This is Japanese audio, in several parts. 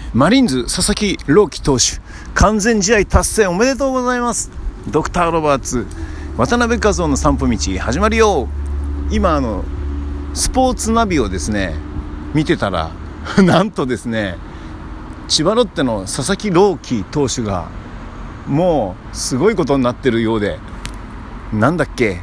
マリーンズ佐々木朗希投手完全試合達成おめでとうございます。ドクターロバーツ渡辺和夫の散歩道始まるよ。今スポーツナビをですね見てたらなんとですね千葉ロッテの佐々木朗希投手がもうすごいことになってるようで、なんだっけ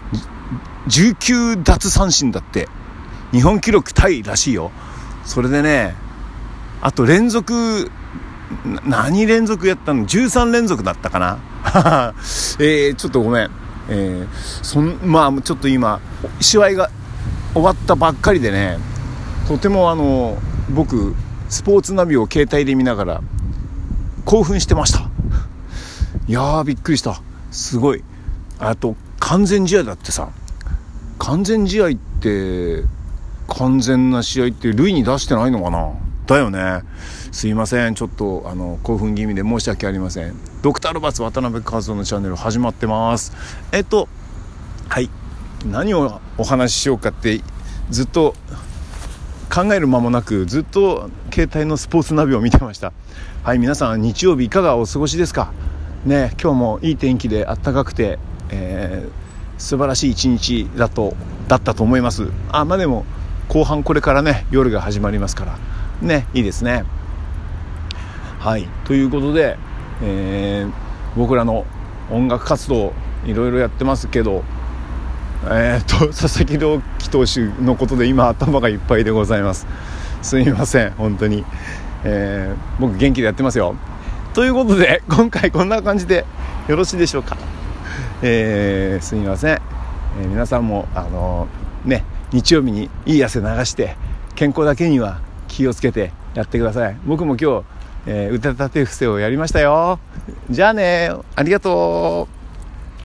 19奪三振だって日本記録タイらしいよ。それでねあと連続何連続やったの13連続だったかなちょっとごめん、まあちょっと今試合が終わったばっかりでね、とても僕スポーツナビを携帯で見ながら興奮してました。いやーびっくりした。すごい。あと完全試合だってさ、完全試合って完全な試合って塁に出してないのかなだよね。すいませんちょっと興奮気味で申し訳ありません。ドクターロバーツ渡辺和夫のチャンネル始まってます。はい何をお話ししようかってずっと考える間もなくずっと携帯のスポーツナビを見てました。はい、皆さん日曜日いかがお過ごしですかね。今日もいい天気で暖かくて、素晴らしい一日だったと思います。でも後半これからね夜が始まりますからね、いいですね。はいということで、僕らの音楽活動いろいろやってますけど、佐々木朗希投手のことで今頭がいっぱいでございます。すみません本当に、僕元気でやってますよ。ということで今回こんな感じでよろしいでしょうか。すみません、皆さんも日曜日にいい汗流して健康だけには気をつけてやってください。僕も今日、腕立て伏せをやりましたよ。じゃあね、ありがとう。